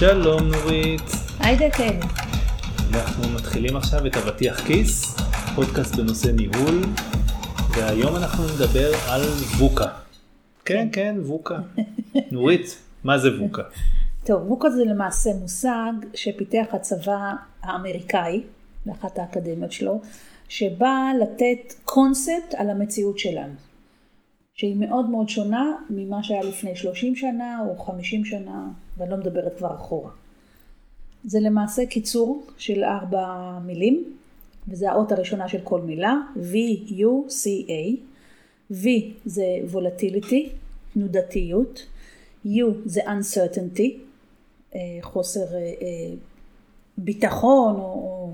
שלום נורית. היי דקל. אנחנו מתחילים עכשיו את אבטיח כיס, פודקאסט בנושא ניהול, והיום אנחנו נדבר על ווקה. כן, ווקה. נורית, מה זה ווקה? טוב, ווקה זה למעשה מושג שפיתח הצבא האמריקאי, לאחת האקדמיות שלו, שבא לתת קונספט על המציאות שלנו, שהיא מאוד מאוד שונה ממה שהיה לפני 30 שנה או 50 שנה, ואני לא מדברת כבר אחורה. זה למעשה קיצור של 4 מילים, וזה האות הראשונה של כל מילה, V-U-C-A. V זה volatility, תנודתיות, U זה uncertainty, חוסר ביטחון או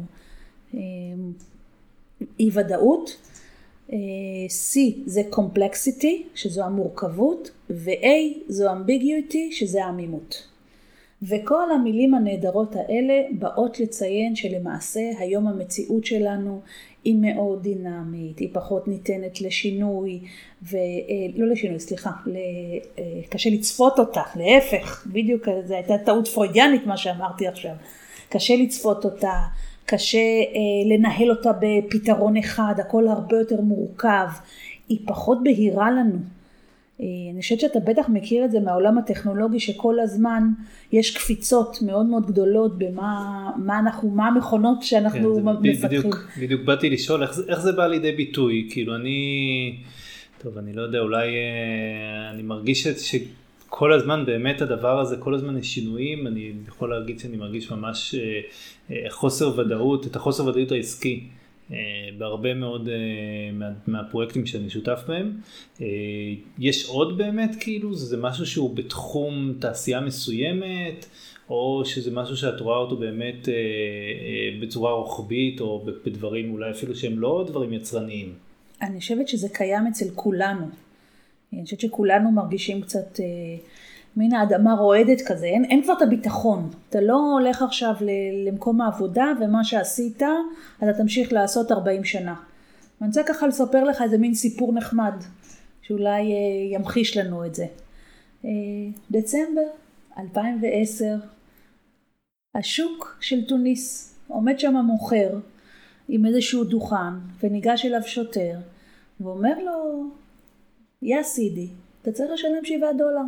אי ודאות, C זה complexity, שזו המורכבות, ו-A זו ambiguity, שזה העמימות. וכל המילים הנהדרות האלה באות לציין שלמעשה היום המציאות שלנו היא מאוד דינמית, היא פחות ניתנת לשינוי, לא לשינוי, סליחה, קשה לצפות אותה, להפך, בדיוק, זו הייתה טעות פרוידיאנית מה שאמרתי עכשיו, קשה לצפות אותה, קשה לנהל אותה בפתרון אחד, הכל הרבה יותר מורכב, היא פחות בהירה לנו. אני חושבת שאתה בטח מכיר את זה מהעולם הטכנולוגי, שכל הזמן יש קפיצות מאוד מאוד גדולות במה מה המכונות שאנחנו מפתחים. בדיוק באתי לשאול איך זה בא לידי ביטוי, כאילו אני לא יודע, אולי אני מרגיש שכל הזמן באמת הדבר הזה, כל הזמן יש שינויים, אני יכול להגיד שאני מרגיש ממש חוסר ודאות, את החוסר ודאות העסקי. בהרבה מאוד מהפרויקטים שאני שותף בהם. יש עוד באמת כאילו, זה משהו שהוא בתחום תעשייה מסוימת, או שזה משהו שאת רואה אותו באמת בצורה רוחבית, או בדברים אולי אפילו שהם לא דברים יצרניים? אני חושבת שזה קיים אצל כולנו. אני חושבת שכולנו מרגישים קצת מן האדמה רועדת כזה, אין כבר את הביטחון. אתה לא הולך עכשיו למקום העבודה, ומה שעשית, אתה תמשיך לעשות 40 שנה. אני רוצה ככה לספר לך איזה מין סיפור נחמד, שאולי ימחיש לנו את זה. דצמבר 2010, השוק של טוניס, עומד שם מוכר, עם איזשהו דוכן, וניגש אליו שוטר, ואומר לו, יא סידי, אתה צריך לשלם $7.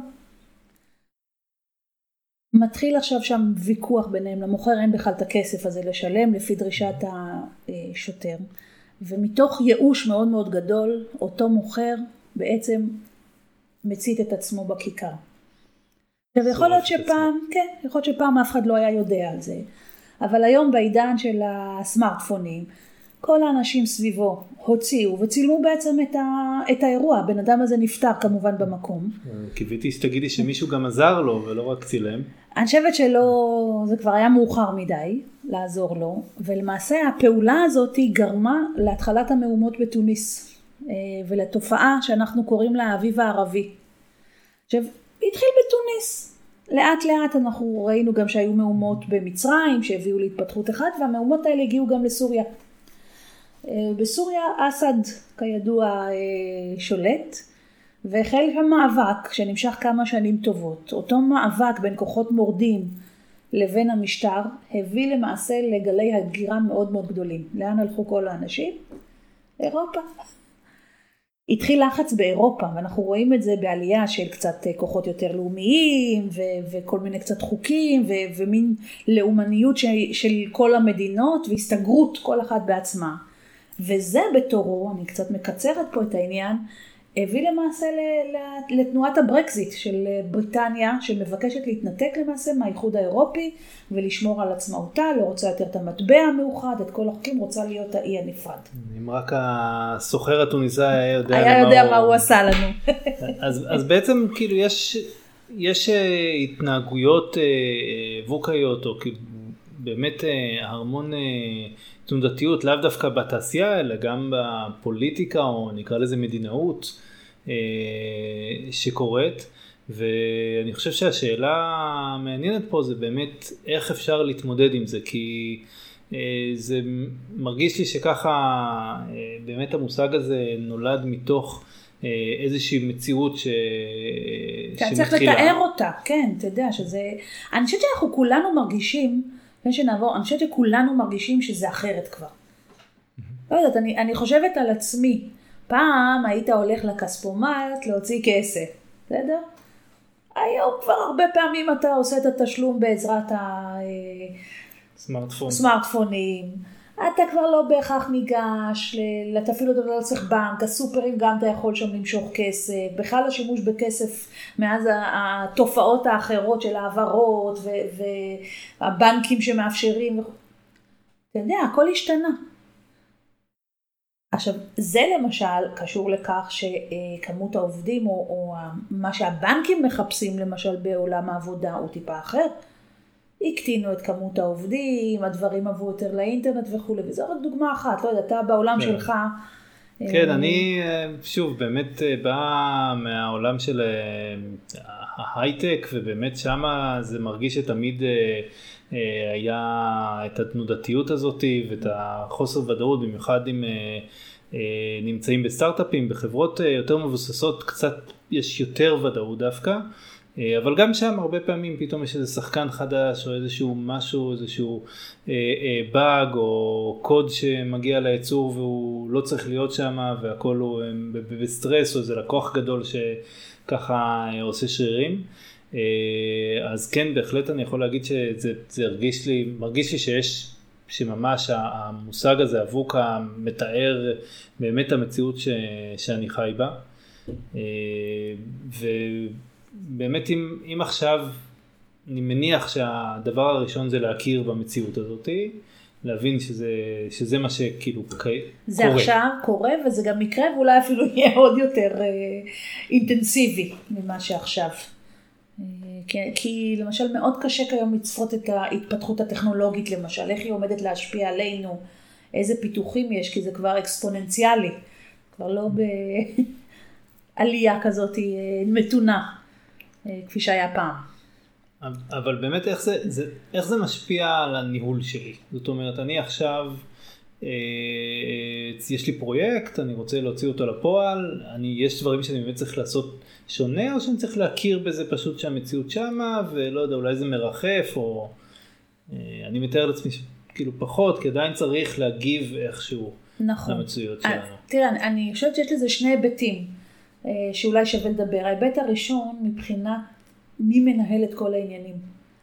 מתחיל עכשיו שם ויכוח ביניהם, למוכר אין בכלל את הכסף הזה לשלם לפי דרישת השוטר, ומתוך ייאוש מאוד מאוד גדול, אותו מוכר בעצם מצית את עצמו בכיכר. יכול להיות שפעם אף אחד לא היה יודע על זה, אבל היום בעידן של הסמארטפונים, כל האנשים סביבו הוציאו וצילמו בעצם את האירוע. הבן אדם הזה נפטר כמובן במקום. קיוויתי שתגידי שמישהו גם עזר לו ולא רק צילם. אני חושבת שלא, זה כבר היה מאוחר מדי לעזור לו, ולמעשה הפעולה הזאת היא גרמה להתחלת המהומות בתוניס, ולתופעה שאנחנו קוראים לה האביב הערבי. עכשיו, התחיל בתוניס. לאט לאט אנחנו ראינו גם שהיו מהומות במצרים שהביאו להתפתחות אחת, והמהומות האלה הגיעו גם לסוריה. בסוריה אסד כידוע שולט, והחל שם מאבק שנמשך כמה שנים טובות. אותו מאבק בין כוחות מורדים לבין המשטר הביא למעשה לגלי הגירה מאוד מאוד גדולים. לאן הלכו כל האנשים? אירופה. התחיל לחץ באירופה, ואנחנו רואים את זה בעלייה של קצת כוחות יותר לאומיים, וכל מיני קצת חוקים, ומין לאומניות של כל המדינות, והסתגרות כל אחת בעצמה. וזה בתורו, אני קצת מקצרת פה את העניין, הביא למעשה לתנועת הברקזיט של בריטניה, שמבקשת להתנתק למעשה מהאיחוד האירופי, ולשמור על עצמאותה, לא רוצה יותר את המטבע המאוחד, את כל החוקים, רוצה להיות האי הנפרד. אם רק הסוחר הטוניסאי היה יודע מה הוא עשה לנו. אז בעצם כאילו יש התנהגויות ווקאיות, או כאילו באמת המון תנודתיות, לאו דווקא בתעשייה, אלא גם בפוליטיקה, או נקרא לזה מדינאות שקורית. ואני חושב שהשאלה המעניינת פה זה באמת איך אפשר להתמודד עם זה, כי זה מרגיש לי שככה באמת המושג הזה נולד מתוך איזושהי מציאות שמתחילה. צריך לתאר אותה, כן, אתה יודע שזה, אני חושבת שאנחנו כולנו מרגישים, לפני שנעבור, אני חושבת שכולנו מרגישים שזה אחרת כבר. לא יודעת, אני חושבת על עצמי, פעם היית הולך לכספומט להוציא כסף, בסדר? היום כבר הרבה פעמים אתה עושה את התשלום בעזרת הסמארטפונים. אתה כבר לא בהכרח ניגש, אתה אפילו לא צריך בנק, הסופרים גם אתה יכול שם למשוך כסף, בכלל השימוש בכסף מאז התופעות האחרות של העברות והבנקים שמאפשרים. אתה יודע, הכל השתנה. עכשיו, זה למשל קשור לכך שכמות העובדים או מה שהבנקים מחפשים למשל בעולם העבודה הוא טיפה אחר. הקטינו את כמות העובדים, הדברים עברו יותר לאינטרנט וכו'. וזו רק דוגמה אחת, לא יודע, אתה בעולם שלך. כן, אני שוב באמת בא מהעולם של ההייטק, ובאמת שמה זה מרגיש שתמיד היה את התנודתיות הזאת ואת החוסר ודאות, במיוחד אם נמצאים בסטארט-אפים, בחברות יותר מבוססות, קצת יש יותר ודאות דווקא. אבל גם שם הרבה פעמים פתאום יש איזה שחקן חדש או איזשהו משהו, איזשהו באג או קוד שמגיע לייצור והוא לא צריך להיות שם והכל הוא בסטרס או איזה לקוח גדול שככה עושה שרירים. אז כן, בהחלט אני יכול להגיד שזה מרגיש לי שממש המושג הזה אבוקה מתאר באמת המציאות שאני חי בה. באמת אם עכשיו אני מניח שהדבר הראשון זה להכיר במציאות הזאת, להבין שזה מה שכאילו קורה. זה עכשיו קורה וזה גם יקרה ואולי אפילו יהיה עוד יותר אינטנסיבי ממה שעכשיו. כי למשל מאוד קשה כיום לצפות את ההתפתחות הטכנולוגית למשל, איך היא עומדת להשפיע עלינו, איזה פיתוחים יש, כי זה כבר אקספוננציאלי, כבר לא בעלייה כזאת מתונה. כפי שהיה פעם. אבל באמת איך זה משפיע על הניהול שלי? זאת אומרת, אני עכשיו, יש לי פרויקט, אני רוצה להוציא אותו לפועל, יש דברים שאני באמת צריך לעשות שונה, או שאני צריך להכיר בזה פשוט שהמציאות שמה, ולא יודע, אולי זה מרחף, או אני מתאר לעצמי כאילו פחות, כי עדיין צריך להגיב איכשהו למציאות שלנו. תראה, אני חושבת שיש לזה שני היבטים. שאולי שווה לדבר. ההיבט הראשון מבחינת מי מנהל את כל העניינים.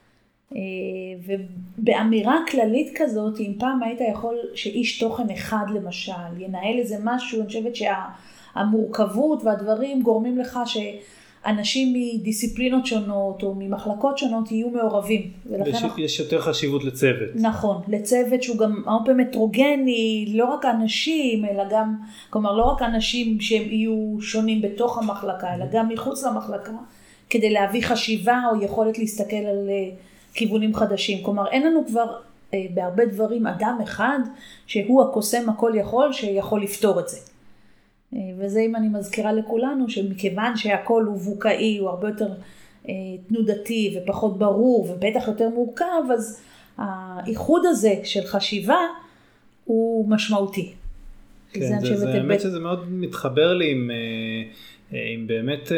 ובאמירה כללית כזאת, אם פעם היית יכול שאיש תוכן אחד למשל, ינהל איזה משהו, אני חושבת שהמורכבות והדברים גורמים לך שאנשים מדיסציפלינות שונות או ממחלקות שונות יהיו מעורבים. יש יותר חשיבות לצוות. נכון, לצוות שהוא גם הרבה מטרוגני, לא רק אנשים, אלא גם, כלומר לא רק אנשים שהם יהיו שונים בתוך המחלקה, אלא גם מחוץ למחלקה, כדי להביא חשיבה או יכולת להסתכל על כיוונים חדשים. כלומר אין לנו כבר בהרבה דברים אדם אחד שהוא הקוסם הכל יכול, שיכול לפתור את זה. וזה אם אני מזכירה לכולנו, שמכיוון שהכל הוא ווקאי, הוא הרבה יותר תנודתי ופחות ברור ובטח יותר מורכב, אז האיחוד הזה של חשיבה הוא משמעותי. כן, האמת שזה מאוד מתחבר לי עם באמת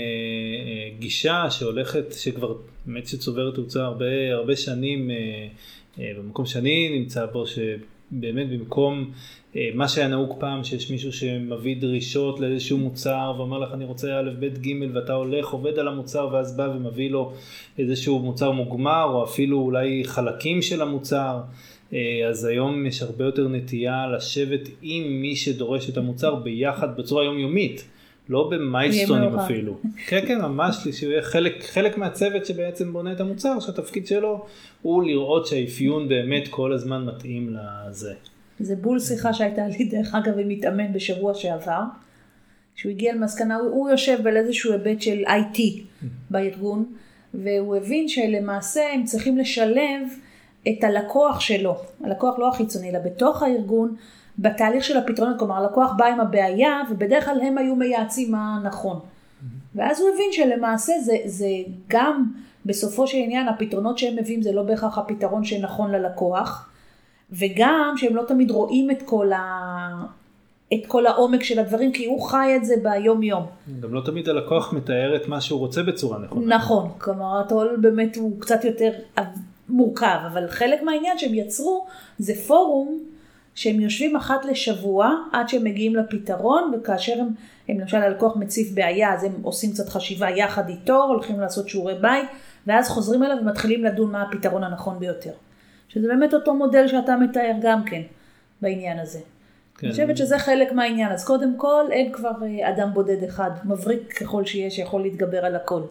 גישה שהולכת, שכבר באמת שצוברת תאוצה הרבה שנים במקום שאני נמצא בו, שבאמת במקום מה שהיה נהוג פעם, שיש מישהו שמביא דרישות לאיזשהו מוצר ואומר לך אני רוצה א' ב' ג' ואתה הולך עובד על המוצר ואז בא ומביא לו איזשהו מוצר מוגמר או אפילו אולי חלקים של המוצר, אז היום יש הרבה יותר נטייה לשבת עם מי שדורש את המוצר ביחד בצורה יומיומית, לא במיילסטונים אפילו. כן, כן, ממש, שיהיה חלק מהצוות שבעצם בונה את המוצר, שהתפקיד שלו הוא לראות שהאפיון באמת כל הזמן מתאים לזה. זה בול שיחה שהייתה לי דרך אגב עם מתאמן בשבוע שעבר, שהוא הגיע למסקנה, הוא יושב באיזשהו היבט של IT בארגון, והוא הבין שלמעשה הם צריכים לשלב את הלקוח שלו, הלקוח לא החיצוני, אלא בתוך הארגון, בתהליך של הפתרונות, כלומר הלקוח בא עם הבעיה, ובדרך כלל הם היו מייעצים מה נכון. ואז הוא הבין שלמעשה זה גם בסופו של עניין, הפתרונות שהם מביאים זה לא בהכרח הפתרון שנכון ללקוח, וגם שהם לא תמיד רואים את כל את כל העומק של הדברים, כי הוא חי את זה ביום יום. גם לא תמיד הלקוח מתאר את מה שהוא רוצה בצורה נכונה. נכון, כלומר התו"ל באמת הוא קצת יותר מורכב, אבל חלק מהעניין שהם יצרו זה פורום שהם יושבים אחת לשבוע עד שהם מגיעים לפתרון, וכאשר הם למשל הלקוח מציף בעיה, אז הם עושים קצת חשיבה יחד איתו, הולכים לעשות שיעורי בית, ואז חוזרים אליו ומתחילים לדון מה הפתרון הנכון ביותר. שזה באמת אותו מודל שאתה מתאר גם כן בעניין הזה. כן. אני חושבת שזה חלק מהעניין, אז קודם כל אין כבר אדם בודד אחד, מבריק ככל שיש, שיכול להתגבר על הכל.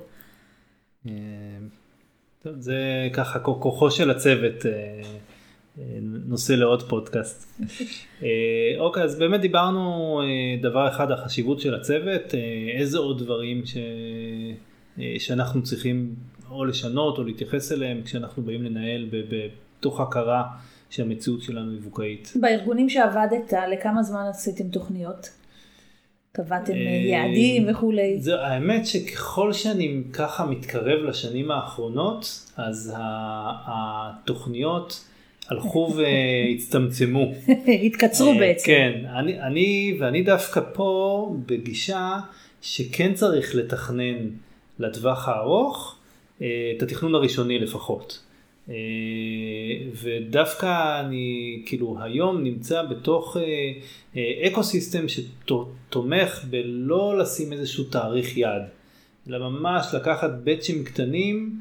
זה ככה כוחו של הצוות, נושא לעוד פודקאסט. אוקיי, אז באמת דיברנו דבר אחד, החשיבות של הצוות, איזה עוד דברים שאנחנו צריכים או לשנות או להתייחס אליהם כשאנחנו באים לנהל בתוך הכרה שהמציאות שלנו היא ווקאית. בארגונים שעבדת, לכמה זמן עשיתם תוכניות? קבעתם יעדים וכולי? האמת שככל שאני ככה מתקרב לשנים האחרונות, אז התוכניות הלכו והצטמצמו. התקצרו בעצם. כן, ואני דווקא פה בגישה שכן צריך לתכנן לטווח הארוך, את התכנון הראשוני לפחות. ודווקא אני כאילו היום נמצא בתוך אקוסיסטם שתומך בלא לשים איזשהו תאריך יעד, אלא ממש לקחת בצ'ים קטנים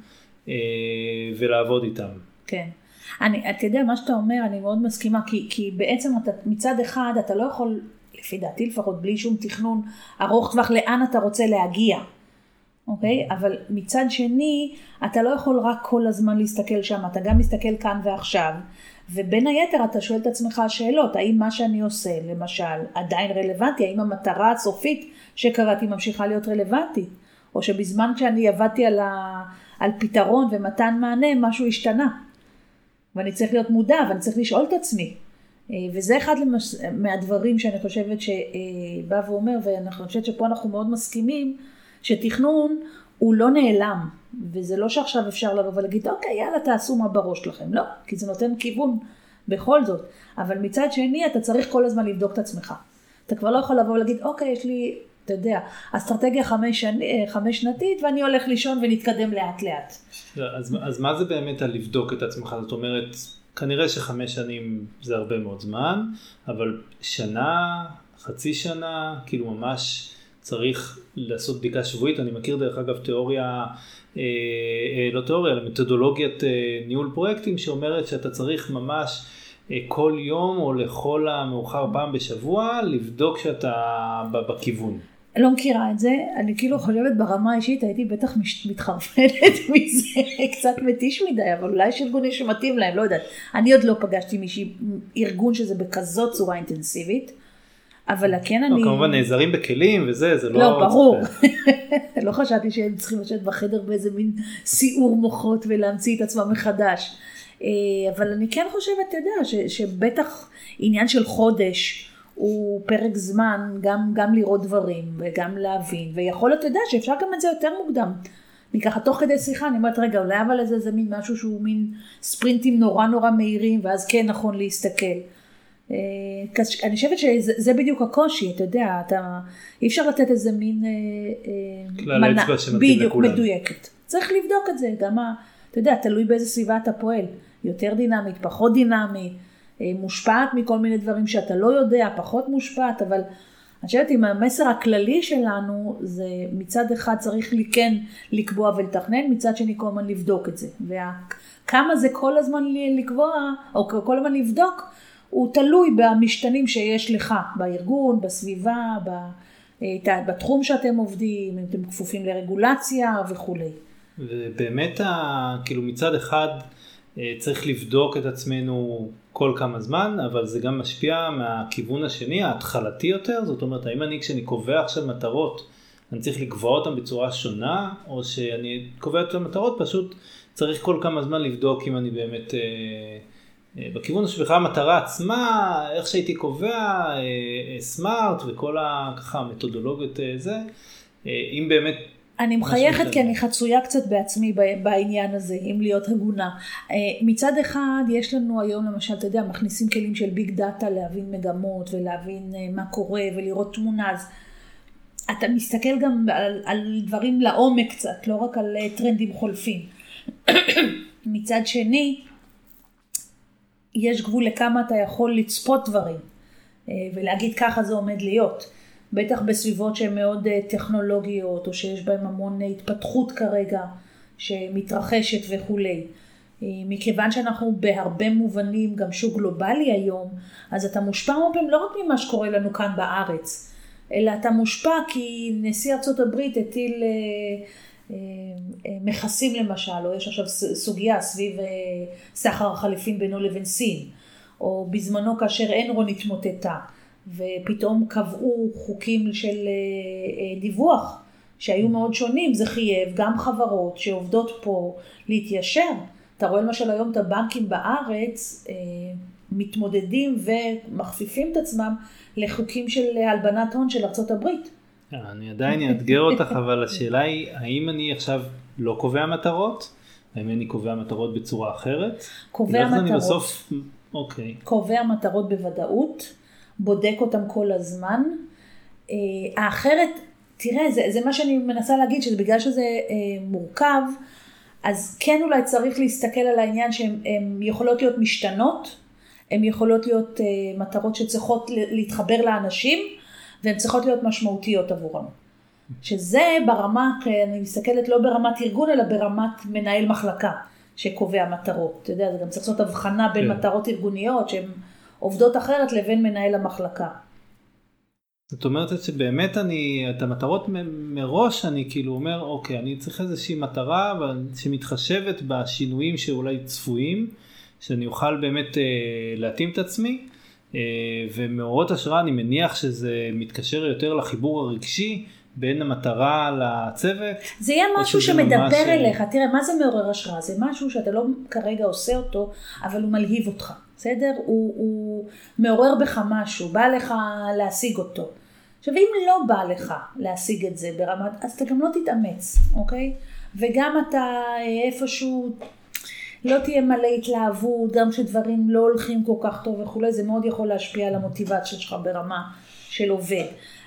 ולעבוד איתם. כן. אתה יודע, מה שאתה אומר, אני מאוד מסכימה, כי בעצם מצד אחד אתה לא יכול, לפי דעתי לפחות, בלי שום תכנון ארוך טווח לאן אתה רוצה להגיע. אוקיי? אבל מצד שני, אתה לא יכול רק כל הזמן להסתכל שם, אתה גם מסתכל כאן ועכשיו, ובין היתר אתה שואל את עצמך שאלות, האם מה שאני עושה, למשל, עדיין רלוונטי, האם המטרה הסופית שקראתי ממשיכה להיות רלוונטית, או שבזמן כשאני עבדתי על פתרון ומתן מענה, משהו השתנה, ואני צריך להיות מודע, ואני צריך לשאול את עצמי, וזה אחד מהדברים שאני חושבת שבא ואומר, ואני חושבת שפה אנחנו מאוד מסכימים, שתכנון הוא לא נעלם, וזה לא שעכשיו אפשר לבוא ולהגיד, אוקיי, יאללה, תעשו מה בראש שלכם. לא, כי זה נותן כיוון בכל זאת. אבל מצד שני, אתה צריך כל הזמן לבדוק את עצמך. אתה כבר לא יכול לבוא ולהגיד, אוקיי, יש לי, אתה יודע, אסטרטגיה 5 שנתית, ואני הולך לישון ונתקדם לאט לאט. אז מה זה באמת על לבדוק את עצמך? זאת אומרת, כנראה ש5 שנים זה הרבה מאוד זמן, אבל שנה, חצי שנה, כאילו ממש צריך לעשות בדיקה שבועית. אני מכיר דרך אגב תיאוריה, לא תיאוריה, אלא מתודולוגיית ניהול פרויקטים, שאומרת שאתה צריך ממש כל יום או לכל המאוחר פעם בשבוע לבדוק שאתה בכיוון. לא מכירה את זה, אני כאילו חושבת ברמה האישית, הייתי בטח מתחרפנת מזה, קצת מתיש מדי, אבל אולי יש ארגונים שמתאים להם, לא יודעת. אני עוד לא פגשתי ארגון שזה בכזאת צורה אינטנסיבית, אבל כן אני... כמובן נעזרים בכלים וזה, זה לא... לא, ברור. לא חשבתי שהם צריכים לשבת בחדר באיזה מין סיעור מוחות ולהמציא את עצמם מחדש. אבל אני כן חושבת, אתה יודע, שבטח עניין של חודש הוא פרק זמן גם לראות דברים וגם להבין, ויכול להיות, אתה יודע, שאפשר גם את זה יותר מוקדם. אני ככה תוך כדי שיחה, אני אומרת, רגע, אולי אבל זה מין משהו שהוא מין ספרינטים נורא נורא מהירים, ואז כן נכון להסתכל. אני חושבת שזה בדיוק הקושי, אתה יודע, אי אפשר לתת איזה מין מנה, בדיוק מדויקת. צריך לבדוק את זה, גם אתה יודע, תלוי באיזה סביבה אתה פועל, יותר דינמית, פחות דינמית, מושפעת מכל מיני דברים שאתה לא יודע, פחות מושפעת, אבל אני חושבת עם המסר הכללי שלנו, זה מצד אחד צריך כן לקבוע ולתכנן, מצד שני כל הזמן לבדוק את זה, וכמה זה כל הזמן לקבוע, או כל הזמן לבדוק, הוא תלוי במשתנים שיש לך, בארגון, בסביבה, בתחום שאתם עובדים, אם אתם כפופים לרגולציה וכו'. ובאמת, כאילו מצד אחד צריך לבדוק את עצמנו כל כמה זמן, אבל זה גם משפיע מהכיוון השני, ההתחלתי יותר, זאת אומרת, האם כשאני קובע עכשיו מטרות, אני צריך לקבוע אותם בצורה שונה, או שאני קובע את המטרות, פשוט צריך כל כמה זמן לבדוק אם אני באמת... בכיוון שבכלל המטרה עצמה, איך שהייתי קובע, סמארט וכל ככה המתודולוגיות זה, אם באמת אני מחייכת כי אני חצויה קצת בעצמי בעניין הזה, אם להיות הגונה. מצד אחד יש לנו היום למשל, אתה יודע, מכניסים כלים של ביג דאטה להבין מגמות ולהבין מה קורה ולראות תמונה, אז אתה מסתכל גם על דברים לעומק קצת, לא רק על טרנדים חולפים. מצד שני, יש גבול לכמה אתה יכול לצפות דברים, ולהגיד ככה זה עומד להיות. בטח בסביבות שהן מאוד טכנולוגיות, או שיש בהן המון התפתחות כרגע, שמתרחשת וכו'. מכיוון שאנחנו בהרבה מובנים, גם שוק גלובלי היום, אז אתה מושפע הרבה לא רק ממה שקורה לנו כאן בארץ, אלא אתה מושפע כי נשיא ארצות הברית הטיל מכסים למשל, או יש עכשיו סוגיה סביב סחר החליפין בינו לבין סין, או בזמנו כאשר אנרון התמוטטה, ופתאום קבעו חוקים של דיווח שהיו מאוד שונים, זה חייב גם חברות שעובדות פה להתיישר. אתה רואה למשל היום את הבנקים בארץ מתמודדים ומכפיפים את עצמם לחוקים של הלבנת הון של ארצות הברית. אני עדיין אאתגר אותך, אבל השאלה היא, האם אני עכשיו לא קובע מטרות? האם אני קובע מטרות בצורה אחרת? קובע מטרות. בסוף... אוקיי. קובע מטרות בוודאות, בודק אותם כל הזמן. האחרת, תראה, זה מה שאני מנסה להגיד, שזה בגלל שזה מורכב, אז כן אולי צריך להסתכל על העניין שהן יכולות להיות משתנות, הן יכולות להיות מטרות שצריכות להתחבר לאנשים, והן צריכות להיות משמעותיות עבורם. שזה ברמה, אני מסתכלת לא ברמת ארגון, אלא ברמת מנהל מחלקה שקובע מטרות. אתה יודע, זה גם צריך לעשות הבחנה בין מטרות ארגוניות שהן עובדות אחרת לבין מנהל המחלקה. זאת אומרת שבאמת את המטרות מראש אני כאילו אומר, אוקיי, אני צריך איזושהי מטרה שמתחשבת בשינויים שאולי צפויים, שאני אוכל באמת להתאים את עצמי, ומאורות השראה אני מניח שזה מתקשר יותר לחיבור הרגשי, בין המטרה לצוות. זה יהיה משהו שמדבר אליך, תראה, מה זה מעורר השראה? זה משהו שאתה לא כרגע עושה אותו, אבל הוא מלהיב אותך, בסדר? הוא מעורר בך משהו, בא לך להשיג אותו. עכשיו, אם לא בא לך להשיג את זה ברמת, אז אתה גם לא תתאמץ, אוקיי? וגם אתה איפשהו לא תהיה מלא התלהבות, גם שדברים לא הולכים כל כך טוב וכו', זה מאוד יכול להשפיע על המוטיבציה שלך ברמה של עובד.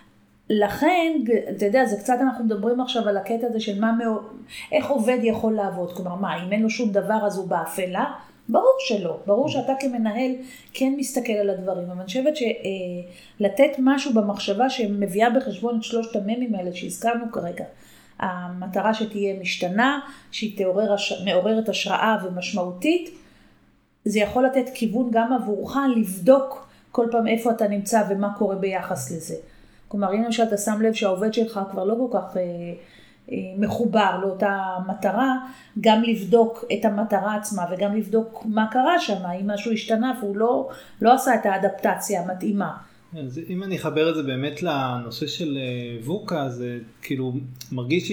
לכן, אתה יודע, זה קצת אנחנו מדברים עכשיו על הקטע הזה של איך עובד יכול לעבוד, כלומר מה, אם אין לו שום דבר אז הוא באפלה, ברור שלא, ברור שאתה כמנהל כן מסתכל על הדברים, אבל אני חושבת שלתת משהו במחשבה שמביאה בחשבון את שלושת הממים האלה שהזכרנו כרגע, המטרה שתהיה משתנה, שהיא מעוררת השראה ומשמעותית, זה יכול לתת כיוון גם עבורך לבדוק כל פעם איפה אתה נמצא ומה קורה ביחס לזה. כלומר, אם למשל אתה שם לב שהעובד שלך כבר לא כל כך מחובר לאותה מטרה, גם לבדוק את המטרה עצמה וגם לבדוק מה קרה שם, אם משהו השתנה והוא לא עשה את האדפטציה המתאימה. אז אם אני אחבר את זה באמת לנושא של ווקה, זה כאילו מרגיש לי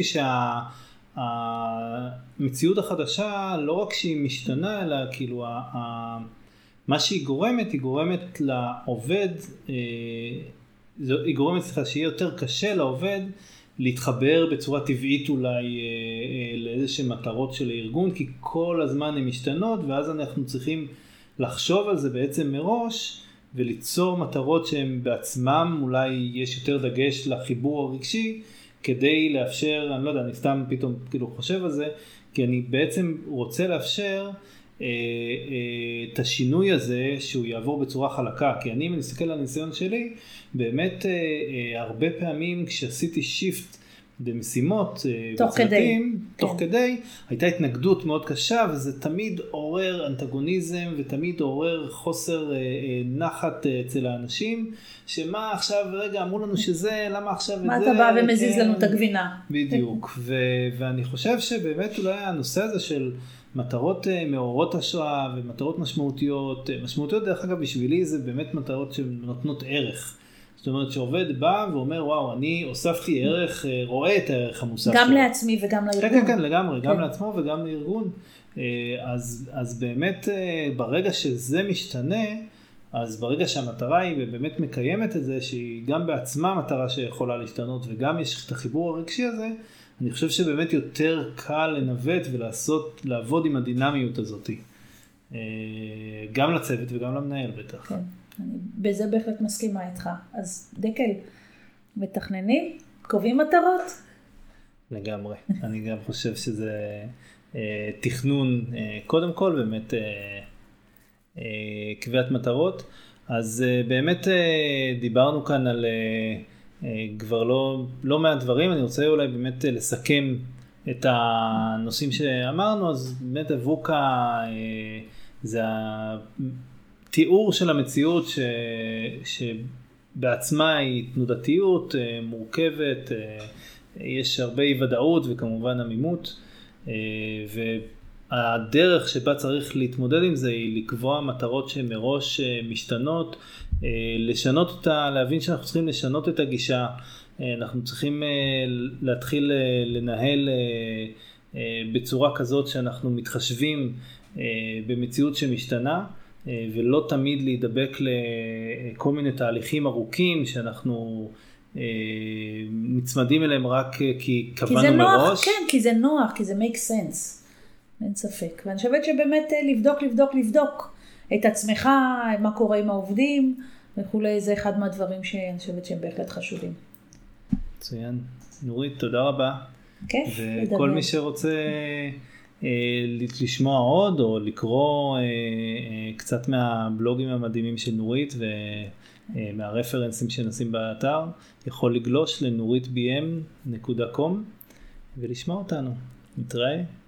שהמציאות החדשה לא רק שהיא משתנה, אלא כאילו מה שהיא גורמת, היא גורמת לעובד, היא גורמת שיהיה יותר קשה לעובד להתחבר בצורה טבעית אולי לאיזושהי מטרות של הארגון, כי כל הזמן הן משתנות, ואז אנחנו צריכים לחשוב על זה בעצם מראש, וליצור מטרות שהן בעצמם, אולי יש יותר דגש לחיבור הרגשי, כדי לאפשר, אני לא יודע, אני סתם פתאום כאילו חושב על זה, כי אני בעצם רוצה לאפשר את השינוי הזה שהוא יעבור בצורה חלקה, כי אני מסתכל על הניסיון שלי, באמת הרבה פעמים כשעשיתי שיפט במשימות, תוך כדי, הייתה התנגדות מאוד קשה, וזה תמיד עורר אנטגוניזם, ותמיד עורר חוסר נחת אצל האנשים, שמה עכשיו, רגע, אמרו לנו שזה, למה עכשיו את זה? מה אתה בא ומזיז לנו את הגבינה? בדיוק, ואני חושב שבאמת אולי הנושא הזה של מטרות מעוררות השראה ומטרות משמעותיות דרך אגב בשבילי זה באמת מטרות שנותנות ערך. זאת אומרת שעובד בא ואומר וואו אני הוספתי ערך, רואה את הערך המוסף גם שלו. לעצמי וגם לארגון. כן, לגמרי, גם לעצמו וגם לארגון. אז באמת ברגע שזה משתנה, אז ברגע שהמטרה היא באמת מקיימת את זה, שהיא גם בעצמה מטרה שיכולה להשתנות וגם יש את החיבור הרגשי הזה, אני חושב שבאמת יותר קל לנווט לעבוד עם הדינמיות הזאת. גם לצוות וגם למנהל בטח. כן, אני בזה בהחלט מסכימה איתך. אז דקל, מתכננים? קובעים מטרות? לגמרי. אני גם חושב שזה תכנון, קודם כל באמת קביעת מטרות. אז באמת דיברנו כאן על כבר לא מעט דברים. אני רוצה אולי באמת לסכם את הנושאים שאמרנו. אז באמת אבוקה זה התיאור של המציאות שבעצמה היא תנודתיות מורכבת, יש הרבה אי ודאות וכמובן עמימות, והדרך שבה צריך להתמודד עם זה היא לקבוע מטרות שמראש משתנות, לשנות אותה, להבין שאנחנו צריכים לשנות את הגישה, אנחנו צריכים להתחיל לנהל בצורה כזאת שאנחנו מתחשבים במציאות שמשתנה, ולא תמיד להידבק לכל מיני תהליכים ארוכים שאנחנו נצמדים אליהם רק כי קבענו מראש. כן, כי זה נוח, כי זה make sense, אין ספק. ואני חושבת שבאמת לבדוק את עצמך, מה קורה עם העובדים וכולי, זה אחד מהדברים שאני חושבת שהם בהחלט חשובים. מצוין. נורית, תודה רבה. כיף. וכל מי שרוצה לשמוע עוד או לקרוא קצת מהבלוגים המדהימים של נורית ומהרפרנסים שנשים באתר, יכול לגלוש לנוritbm.com ולשמוע אותנו. נתראה.